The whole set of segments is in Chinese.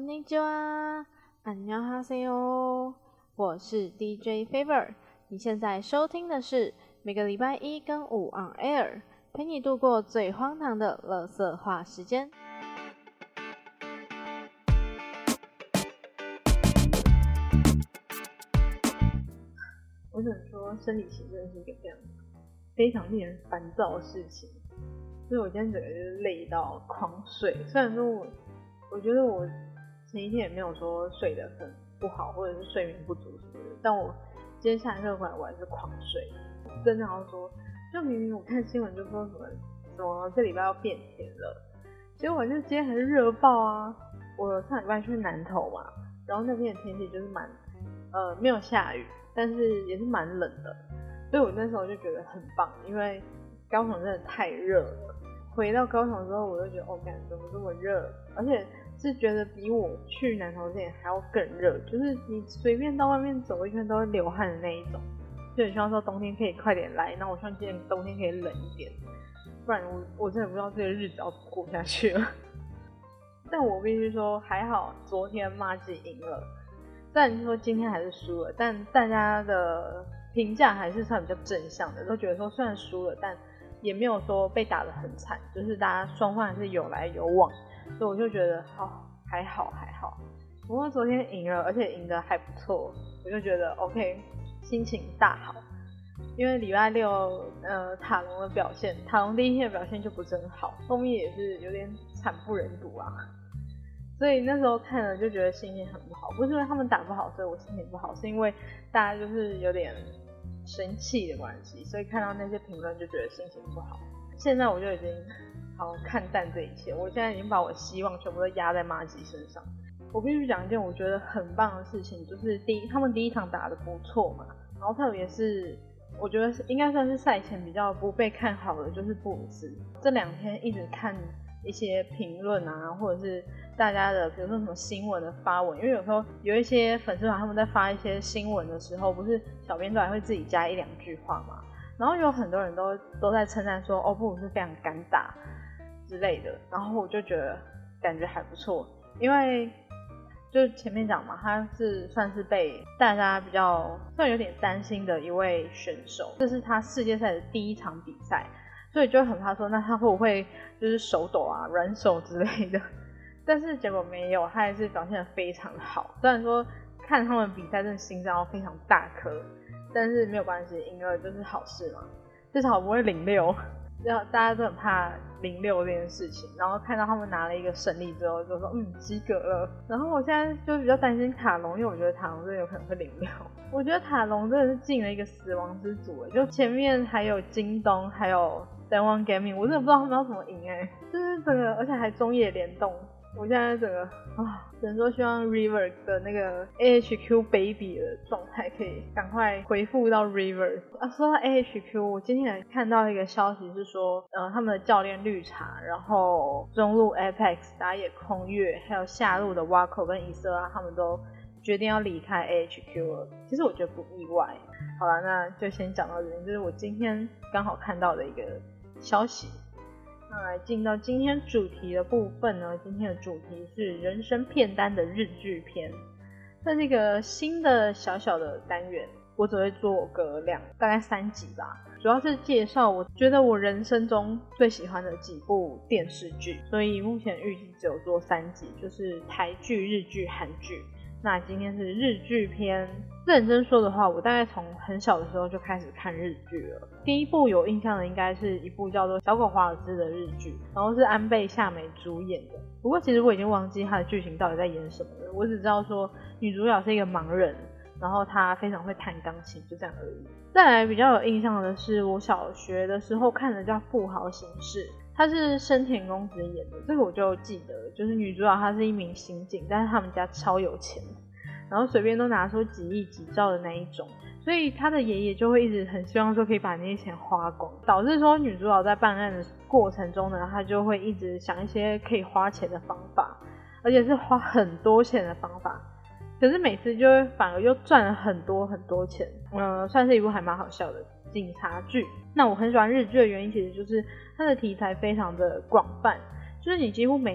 にちは，안녕하세요，我是 DJ Favor， 你现在收听的是每个礼拜一跟五 on air， 陪你度过最荒唐的垃圾话时间。我只能说，生理期真的是一个非常令人烦躁的事情，所以我今天整个就是累到狂睡。虽然说我觉得我前一天也没有说睡得很不好，或者是睡眠不足什么的，但我今天下课回来我还是狂睡。真的要说，就明明我看新闻就说什么这礼拜要变天了，结果就今天还是热爆啊！我上礼拜去南投嘛，然后那边的天气就是没有下雨，但是也是蛮冷的，所以我那时候就觉得很棒，因为高雄真的太热了。回到高雄之后，我就觉得干怎么这么热，而且是觉得比我去南投之前还要更热，就是你随便到外面走一圈都会流汗的那一种，就很希望说冬天可以快点来，那我希望今年冬天可以冷一点，不然我真的不知道这个日子要怎么过下去了。但我必须说还好昨天麻吉赢了，虽然说今天还是输了，但大家的评价还是算比较正向的，都觉得说虽然输了，但也没有说被打得很惨，就是大家双方还是有来有往，所以我就觉得还好。不过昨天赢了，而且赢得还不错，我就觉得 OK， 心情大好。因为礼拜六塔隆的表现，塔隆第一天的表现就不是很好，后面也是有点惨不忍睹啊，所以那时候看了就觉得心情很不好，不是因为他们打不好所以我心情不好，是因为大家就是有点生气的关系，所以看到那些评论就觉得心情不好。现在我就已经好看淡这一切，我现在已经把我希望全部都压在麻吉身上。我必须讲一件我觉得很棒的事情，就是他们第一场打得不错嘛，然后特别是我觉得应该算是赛前比较不被看好的就是布鲁斯。这两天一直看一些评论啊，或者是大家的比如说什么新闻的发文，因为有时候有一些粉丝团他们在发一些新闻的时候，不是小编都还会自己加一两句话嘛，然后有很多人都在称赞说布鲁斯非常敢打之类的，然后我就觉得感觉还不错，因为就前面讲嘛，他是算是被大家比较算有点担心的一位选手，这是他世界赛的第一场比赛，所以就很怕说那他会不会就是手抖啊软手之类的，但是结果没有，他还是表现得非常好。虽然说看他们比赛真的心脏非常大颗，但是没有关系，赢了就是好事嘛，至少不会0-6，大家都很怕0-6这件事情，然后看到他们拿了一个胜利之后就说及格了。然后我现在就比较担心塔隆，因为我觉得塔隆真的有可能会0-6，我觉得塔隆真的是进了一个死亡之组，就前面还有京东还有One Gaming， 我真的不知道他们要怎么赢就是整个而且还中野联动，我现在整个只能说希望 River 的那个 AHQ Baby 的状态可以赶快恢复到 River。说到 AHQ， 我今天也看到一个消息是说他们的教练绿茶，然后中路 Apex 打野空月还有下路的 Wako 跟伊瑟拉他们都决定要离开 AHQ 了，其实我觉得不意外。好啦，那就先讲到这边，就是我今天刚好看到的一个消息。那来进到今天主题的部分呢，今天的主题是人生片单的日剧篇。这是一个新的小小的单元，我只会做个大概3集吧，主要是介绍我觉得我人生中最喜欢的几部电视剧，所以目前预计只有做3集，就是台剧、日剧、韩剧。那今天是日剧篇，认真说的话，我大概从很小的时候就开始看日剧了。第一部有印象的应该是一部叫做《小狗华尔兹》的日剧，然后是安倍夏美主演的。不过其实我已经忘记它的剧情到底在演什么了，我只知道说女主角是一个盲人，然后她非常会弹钢琴，就这样而已。再来比较有印象的是我小学的时候看的叫《富豪刑事》，她是深田恭子演的，这个我就记得，就是女主角她是一名刑警，但是他们家超有钱，然后随便都拿出几亿几兆的那一种，所以她的爷爷就会一直很希望说可以把那些钱花光，导致说女主角在办案的过程中呢，她就会一直想一些可以花钱的方法，而且是花很多钱的方法，可是每次就会反而又赚了很多很多钱，算是一部还蛮好笑的警察剧。那我很喜欢日剧的原因其实就是它的题材非常的广泛，就是你几乎每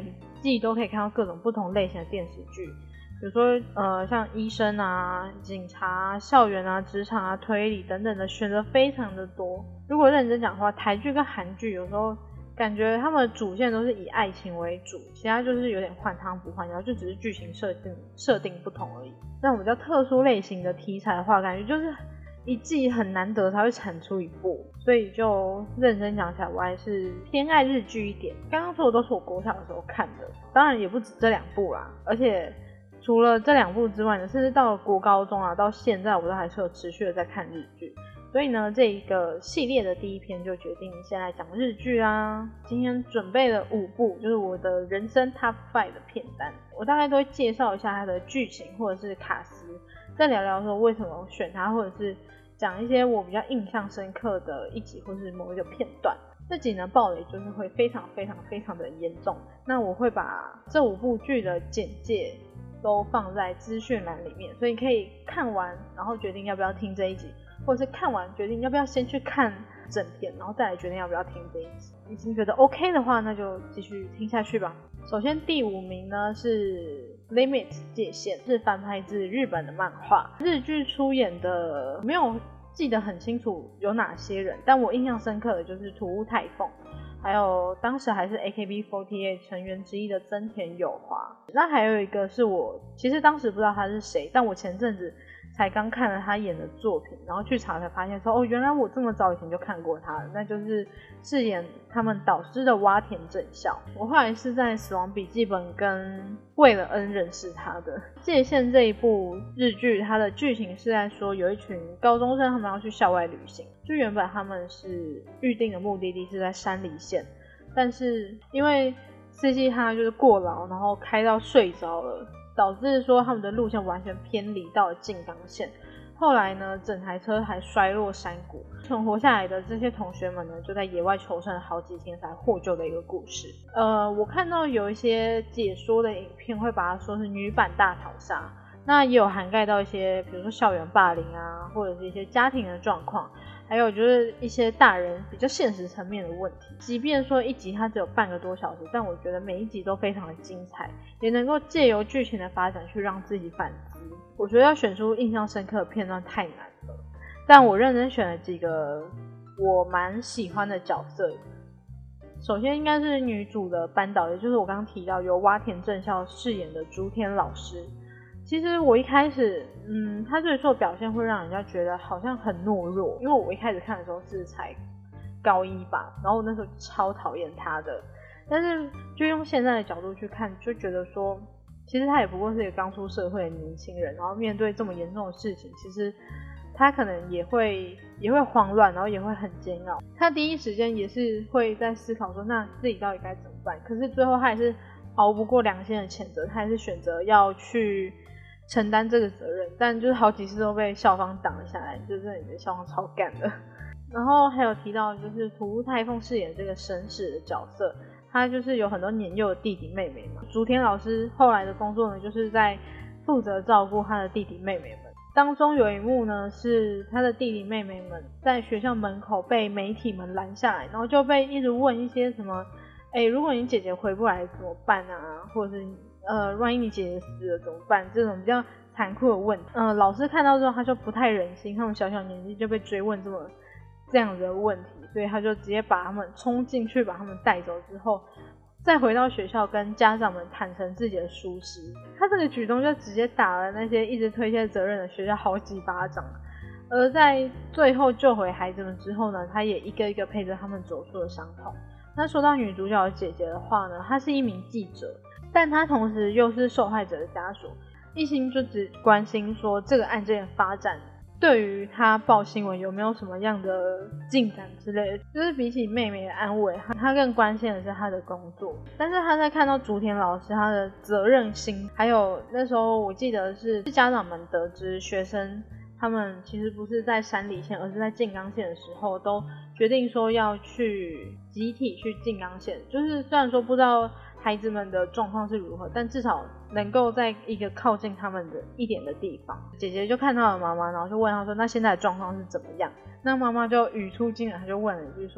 季都可以看到各种不同类型的电视剧，比如说像医生啊、警察、校园啊、职场啊、推理等等的选择非常的多。如果认真讲的话，台剧跟韩剧有时候感觉他们的主线都是以爱情为主，其他就是有点换汤不换药，就只是剧情设定不同而已。那我们比较特殊类型的题材的话，感觉就是一季很难得才会产出一部，所以就认真讲起来，我还是偏爱日剧一点。刚刚说的都是我国小的时候看的，当然也不止这2部啦，而且除了这2部之外呢，甚至到了国高中啊，到现在我都还是有持续的在看日剧。所以呢，这一个系列的第一篇就决定先来讲日剧啦。今天准备了5部，就是我的人生 Top 5的片单，我大概都会介绍一下它的剧情或者是卡司，再聊聊说为什么选它，或者是讲一些我比较印象深刻的一集或是某一个片段。这集呢爆雷就是会非常非常非常的严重，那我会把这5部剧的简介都放在资讯栏里面，所以你可以看完然后决定要不要听这一集，或者是看完决定要不要先去看整篇，然后再来决定要不要听这一集。已经觉得 OK 的话，那就继续听下去吧。首先第5名呢是 Limit 界限，是翻拍自日本的漫画。日剧出演的没有记得很清楚有哪些人，但我印象深刻的就是土屋太凤，还有当时还是 AKB48 成员之一的增田友华。那还有一个是我其实当时不知道他是谁，但我前阵子才刚看了他演的作品，然后去查才发现说，原来我这么早以前就看过他了，那就是饰演他们导师的洼田正孝。我后来是在《死亡笔记本》跟《为了恩》认识他的。界限这一部日剧，它的剧情是在说有一群高中生他们要去校外旅行，就原本他们是预定的目的地是在山梨县，但是因为司机他就是过劳，然后开到睡着了，导致说他们的路线完全偏离到了静冈县。后来呢，整台车还摔落山谷，存活下来的这些同学们呢，就在野外求生了好几天才获救的一个故事。我看到有一些解说的影片会把它说是女版大逃杀，那也有涵盖到一些比如说校园霸凌啊，或者是一些家庭的状况，还有就是一些大人比较现实层面的问题。即便说一集它只有半个多小时，但我觉得每一集都非常的精彩，也能够借由剧情的发展去让自己反思。我觉得要选出印象深刻的片段太难了，但我认真选了几个我蛮喜欢的角色。首先应该是女主的班导，也就是我刚刚提到由洼田正孝饰演的竹田老师。其实我一开始他最初的表现会让人家觉得好像很懦弱，因为我一开始看的时候是才高1吧，然后我那时候超讨厌他的。但是就用现在的角度去看，就觉得说其实他也不过是一个刚出社会的年轻人，然后面对这么严重的事情，其实他可能也会慌乱，然后也会很煎熬。他第一时间也是会在思考说那自己到底该怎么办，可是最后他还是熬不过良心的谴责，他还是选择要去承担这个责任，但就是好几次都被校方挡了下来，就是你的校方超干的。然后还有提到就是土屋太凤饰演这个绅士的角色，他就是有很多年幼的弟弟妹妹嘛。竹田老师后来的工作呢，就是在负责照顾他的弟弟妹妹们。当中有一幕呢，是他的弟弟妹妹们在学校门口被媒体们拦下来，然后就被一直问一些什么，如果你姐姐回不来怎么办啊，或者是万一你姐姐死了怎么办，这种比较残酷的问题。老师看到之后他就不太忍心，他们小小年纪就被追问这样的问题，所以他就直接把他们冲进去，把他们带走之后，再回到学校跟家长们坦诚自己的疏失。他这个举动就直接打了那些一直推卸责任的学校好几巴掌。而在最后救回孩子们之后呢，他也一个一个陪着他们走出了伤痛。那说到女主角的姐姐的话呢，她是一名记者，但她同时又是受害者的家属，一心就只关心说这个案件的发展对于他报新闻有没有什么样的进展之类的，就是比起妹妹的安慰，他更关心的是他的工作。但是他在看到竹田老师他的责任心，还有那时候我记得是家长们得知学生他们其实不是在山梨县而是在静冈县的时候，都决定说要去集体去静冈县，就是虽然说不知道孩子们的状况是如何，但至少能够在一个靠近他们的一点的地方。姐姐就看到了妈妈，然后就问她说那现在的状况是怎么样。那妈妈就语出惊人，她就问了一句说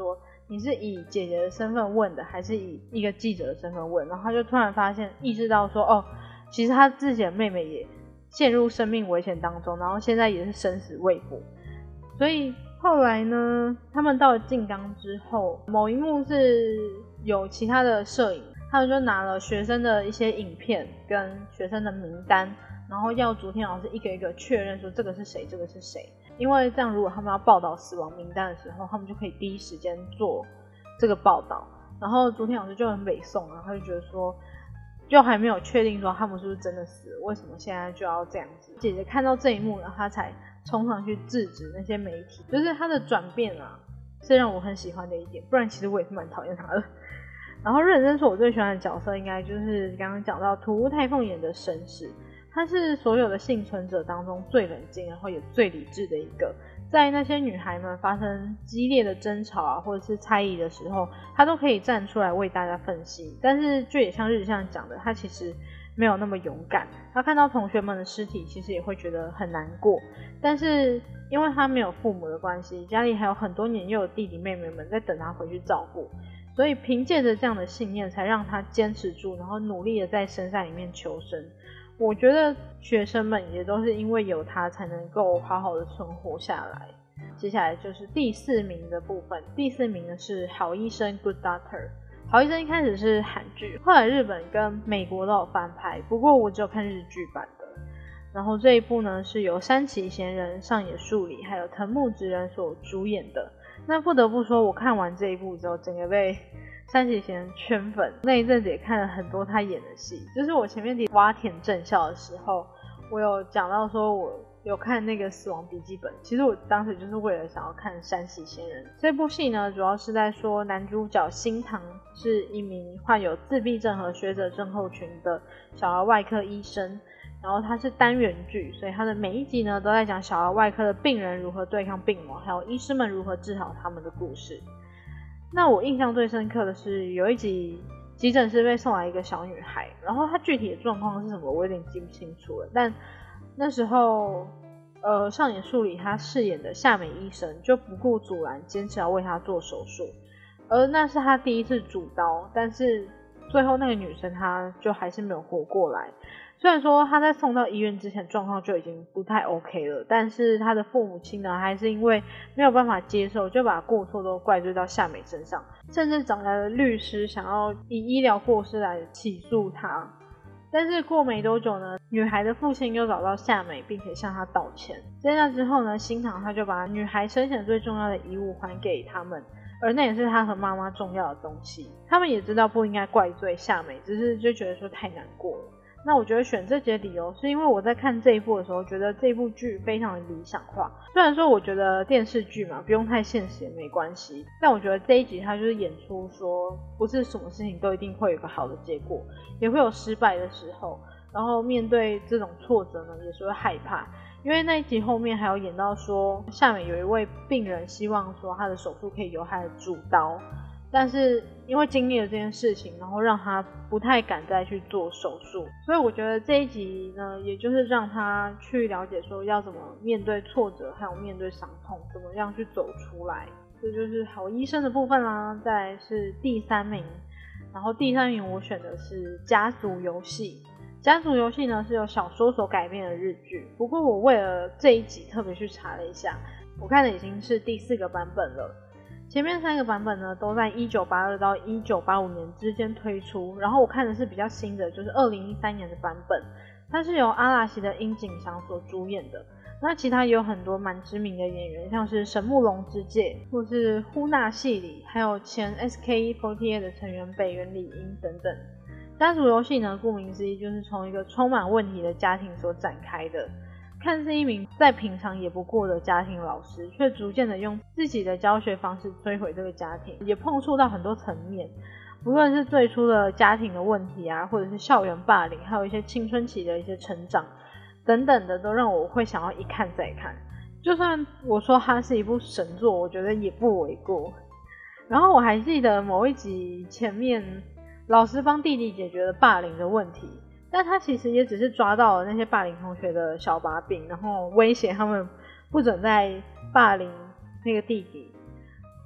你是以姐姐的身份问的，还是以一个记者的身份问？然后他就突然发现意识到说，哦，其实他自己的妹妹也陷入生命危险当中，然后现在也是生死未卜。所以后来呢，他们到了静冈之后，某一幕是有其他的摄影，他们就拿了学生的一些影片跟学生的名单，然后要竹田老师一个一个确认说这个是谁，这个是谁。因为这样如果他们要报道死亡名单的时候，他们就可以第一时间做这个报道。然后竹田老师就很北宋，然后他就觉得说就还没有确定说他们是不是真的死了，为什么现在就要这样子。姐姐看到这一幕，然后她才冲上去制止那些媒体，就是她的转变啊是让我很喜欢的一点，不然其实我也是蛮讨厌她的。然后认真说我最喜欢的角色应该就是刚刚讲到土屋太凤演的绅士，他是所有的幸存者当中最冷静然后也最理智的一个，在那些女孩们发生激烈的争吵啊或者是猜疑的时候，他都可以站出来为大家分析。但是就也像日向讲的，他其实没有那么勇敢，他看到同学们的尸体其实也会觉得很难过，但是因为他没有父母的关系，家里还有很多年幼的弟弟妹妹们在等他回去照顾，所以凭借着这样的信念才让他坚持住，然后努力的在深山里面求生。我觉得学生们也都是因为有他才能够好好的存活下来。接下来就是第4名的部分，第4名的是好医生 Good Doctor。 好医生一开始是韩剧，后来日本跟美国都有翻拍，不过我只有看日剧版的。然后这一部呢是由山崎贤人、上野树里还有藤木直人所主演的。那不得不说我看完这一部之后整个被山崎贤人圈粉，那一阵子也看了很多他演的戏，就是我前面提洼田正孝的时候，我有讲到说我有看那个死亡笔记本，其实我当时就是为了想要看山崎贤人。这部戏呢主要是在说男主角新堂是一名患有自闭症和学者症候群的小儿外科医生，然后它是单元剧，所以它的每一集呢都在讲小儿外科的病人如何对抗病魔，还有医师们如何治好他们的故事。那我印象最深刻的是有一集急诊室被送来一个小女孩，然后她具体的状况是什么我有点记不清楚了，但那时候上野树里她饰演的夏美医生就不顾阻拦坚持要为她做手术，而那是她第一次主刀，但是最后那个女生她就还是没有活过来。虽然说他在送到医院之前状况就已经不太 OK 了，但是他的父母亲呢还是因为没有办法接受，就把过错都怪罪到夏美身上，甚至找来了律师想要以医疗过失来起诉他。但是过没多久呢，女孩的父亲又找到夏美并且向她道歉。在那之后呢，新堂他就把女孩生前最重要的遗物还给他们，而那也是他和妈妈重要的东西。他们也知道不应该怪罪夏美，只是就觉得说太难过了。那我觉得选这集的理由是因为我在看这一部的时候觉得这部剧非常的理想化，虽然说我觉得电视剧嘛不用太现实也没关系，但我觉得这一集它就是演出说不是什么事情都一定会有一个好的结果，也会有失败的时候，然后面对这种挫折呢也是会害怕。因为那一集后面还有演到说夏美有一位病人希望说他的手术可以由他的主刀，但是因为经历了这件事情，然后让他不太敢再去做手术，所以我觉得这一集呢也就是让他去了解说要怎么面对挫折还有面对伤痛，怎么样去走出来。这就是好医生的部分啦。再来是第3名，然后第3名我选的是家族游戏。家族游戏呢是由小说所改编的日剧，不过我为了这一集特别去查了一下，我看的已经是第4个版本了。前面3个版本呢都在1982到1985年之间推出，然后我看的是比较新的，就是2013年的版本，它是由阿拉西的樱井翔所主演的。那其他也有很多蛮知名的演员，像是神木隆之介或是呼纳系里，还有前 SKE48 的成员北原里英等等。家族游戏呢顾名思义就是从一个充满问题的家庭所展开的，看似一名再平常也不过的家庭老师，却逐渐的用自己的教学方式摧毁这个家庭，也碰触到很多层面，不论是最初的家庭的问题啊，或者是校园霸凌，还有一些青春期的一些成长等等的，都让我会想要一看再看。就算我说它是一部神作，我觉得也不为过。然后我还记得某一集前面老师帮弟弟解决了霸凌的问题，但他其实也只是抓到了那些霸凌同学的小把柄，然后威胁他们不准再霸凌那个弟弟。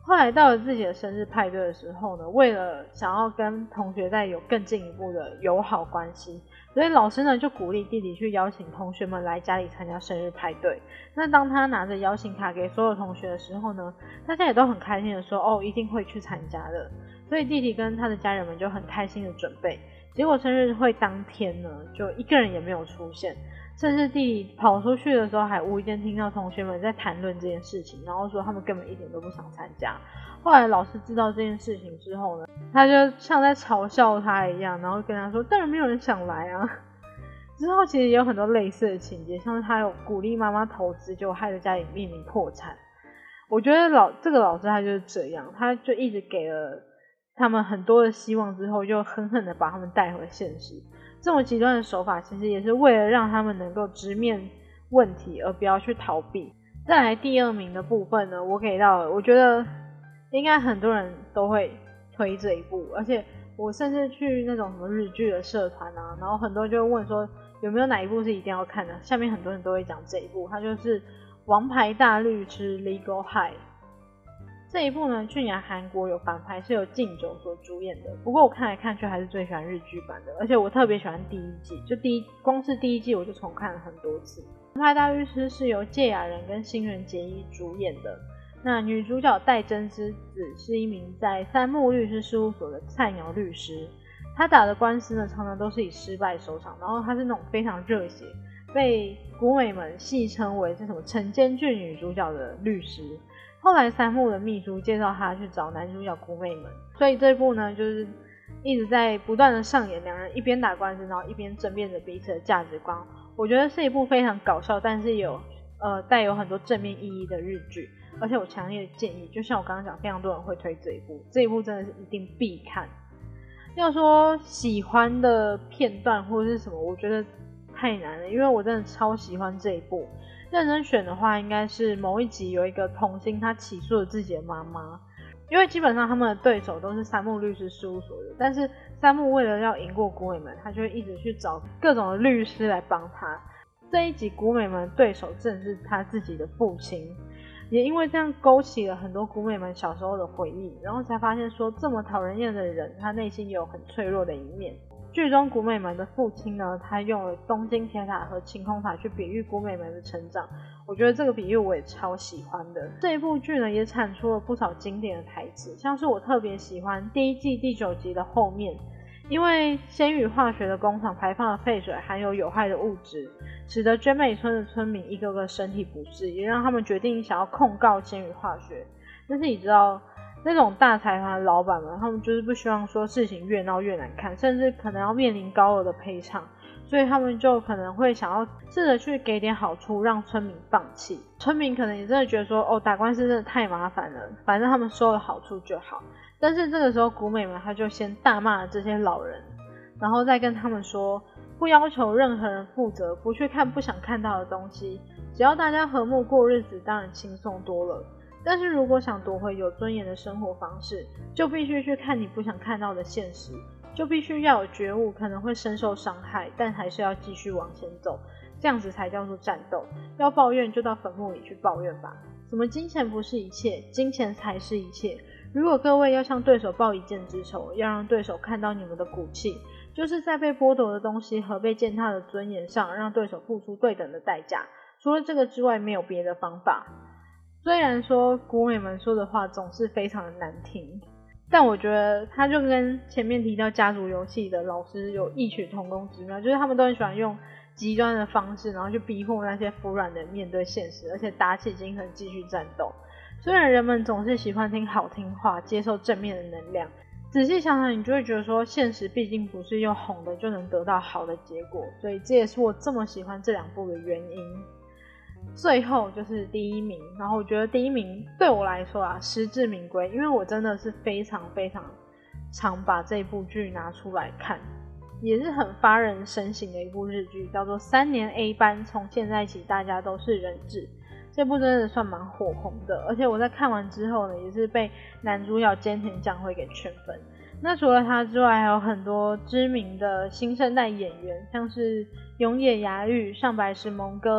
后来到了自己的生日派对的时候呢，为了想要跟同学再有更进一步的友好关系，所以老师呢就鼓励弟弟去邀请同学们来家里参加生日派对。那当他拿着邀请卡给所有同学的时候呢，大家也都很开心的说哦，一定会去参加的。所以弟弟跟他的家人们就很开心的准备。结果生日会当天呢，就一个人也没有出现，甚至弟弟跑出去的时候还无意间听到同学们在谈论这件事情，然后说他们根本一点都不想参加。后来老师知道这件事情之后呢，他就像在嘲笑他一样，然后跟他说当然没有人想来啊。之后其实也有很多类似的情节，像是他有鼓励妈妈投资，结果害得家里面临破产。我觉得这个老师他就是这样，他就一直给了他们很多的希望之后，就狠狠的把他们带回现实。这种极端的手法其实也是为了让他们能够直面问题，而不要去逃避。再来第2名的部分呢，我给到了，我觉得应该很多人都会推这一部，而且我甚至去那种什么日剧的社团啊，然后很多人就会问说有没有哪一部是一定要看的，下面很多人都会讲这一部，它就是《王牌大律师 Legal High》。这一部呢，去年韩国有翻拍，是由敬久所主演的。不过我看来看去还是最喜欢日剧版的，而且我特别喜欢第1季，就光是第1季我就重看了很多次。王牌大律师是由芥雅人跟新垣结衣主演的。那女主角代真之子是一名在三木律师事务所的菜鸟律师，他打的官司呢常常都是以失败收场，然后他是那种非常热血，被古美们戏称为是什么晨间剧女主角的律师。后来三木的秘书介绍他去找男主角古美们，所以这部呢就是一直在不断的上演两人一边打官司，然后一边争辩着彼此的价值观。我觉得是一部非常搞笑，但是带有很多正面意义的日剧，而且我强烈的建议，就像我刚刚讲，非常多人会推这一部真的是一定必看。要说喜欢的片段或者是什么，我觉得太难了，因为我真的超喜欢这一部。认真选的话，应该是某一集有一个童星他起诉了自己的妈妈，因为基本上他们的对手都是三木律师事务所的，但是三木为了要赢过古美们，他就会一直去找各种的律师来帮他。这一集古美们的对手正是他自己的父亲，也因为这样勾起了很多古美们小时候的回忆，然后才发现说这么讨人厌的人，他内心也有很脆弱的一面。剧中古美们的父亲呢，他用了东京铁塔和晴空塔去比喻古美们的成长，我觉得这个比喻我也超喜欢的。这一部剧呢也产出了不少经典的台词，像是我特别喜欢第1季第9集的后面，因为仙羽化学的工厂排放的废水含有有害的物质，使得娟美村的村民一个个身体不适，也让他们决定想要控告仙羽化学。但是你知道那种大财团的老板们，他们就是不希望说事情越闹越难看，甚至可能要面临高额的赔偿，所以他们就可能会想要试着去给点好处让村民放弃。村民可能也真的觉得说打官司真的太麻烦了，反正他们收了好处就好。但是这个时候古美们他就先大骂了这些老人，然后再跟他们说不要求任何人负责，不去看不想看到的东西，只要大家和睦过日子当然轻松多了。但是如果想夺回有尊严的生活方式，就必须去看你不想看到的现实，就必须要有觉悟，可能会深受伤害，但还是要继续往前走，这样子才叫做战斗。要抱怨就到坟墓里去抱怨吧。什么金钱不是一切，金钱才是一切。如果各位要向对手报一箭之仇，要让对手看到你们的骨气，就是在被剥夺的东西和被践踏的尊严上，让对手付出对等的代价。除了这个之外，没有别的方法。虽然说古美们说的话总是非常的难听，但我觉得他就跟前面提到家族游戏的老师有异曲同工之妙，就是他们都很喜欢用极端的方式，然后去逼迫那些服软的人面对现实，而且打起精神继续战斗。虽然人们总是喜欢听好听话，接受正面的能量，仔细想想你就会觉得说现实毕竟不是用哄的就能得到好的结果，所以这也是我这么喜欢这2部的原因。最后就是第1名，然后我觉得第1名对我来说实至名归，因为我真的是非常非常常把这部剧拿出来看，也是很发人深省的一部日剧，叫做3年 A 班，从现在起大家都是人质。这部真的算蛮火红的，而且我在看完之后呢，也是被男主角菅田将晖给圈粉。那除了他之外，还有很多知名的新生代演员，像是永野芽郁、上白石萌歌、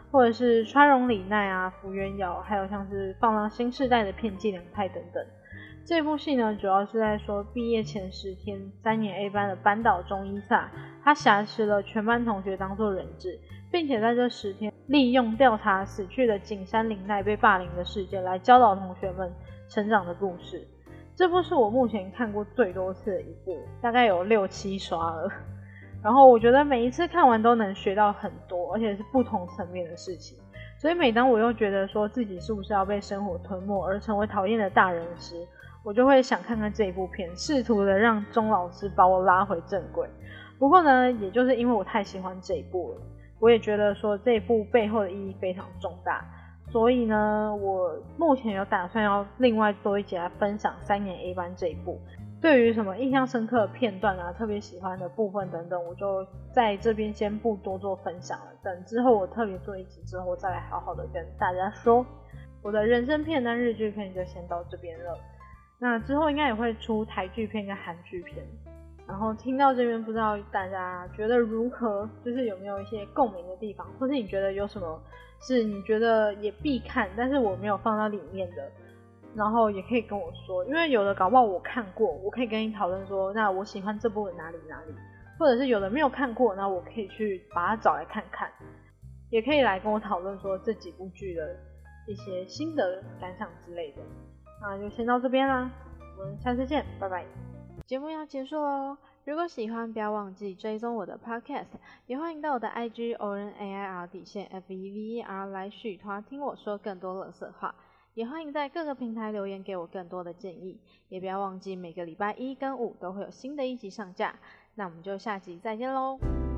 或者是川荣李奈啊、福原遥，还有像是放浪新世代的片寄凉太等等。这部戏呢，主要是在说毕业前10天，3年 A 班的班导中伊萨，他挟持了全班同学当作人质，并且在这10天利用调查死去的景山绫奈被霸凌的事件来教导同学们成长的故事。这部是我目前看过最多次的一部，大概有6、7刷了。然后我觉得每一次看完都能学到很多，而且是不同层面的事情。所以每当我又觉得说自己是不是要被生活吞没而成为讨厌的大人时，我就会想看看这一部片，试图的让钟老师把我拉回正轨。不过呢，也就是因为我太喜欢这一部了，我也觉得说这一部背后的意义非常重大，所以呢，我目前有打算要另外多一集来分享3年 A 班这一部。对于什么印象深刻的片段啊，特别喜欢的部分等等，我就在这边先不多做分享了，等之后我特别做一集之后再来好好的跟大家说。我的人生片单日剧片就先到这边了，那之后应该也会出台剧片跟韩剧片。然后听到这边，不知道大家觉得如何，就是有没有一些共鸣的地方，或是你觉得有什么是你觉得也必看但是我没有放到里面的，然后也可以跟我说，因为有的搞不好我看过，我可以跟你讨论说那我喜欢这部的哪里，或者是有的没有看过，那我可以去把它找来看看，也可以来跟我讨论说这几部剧的一些心得感想之类的。那就先到这边啦，我们下次见，拜拜。 节目要结束喽，如果喜欢不要忘记追踪我的 podcast， 也欢迎到我的 IG ORNAIR_FEVER 来续团听我说更多垃圾话，也欢迎在各个平台留言给我更多的建议，也不要忘记每个礼拜1跟5都会有新的一集上架，那我们就下集再见喽。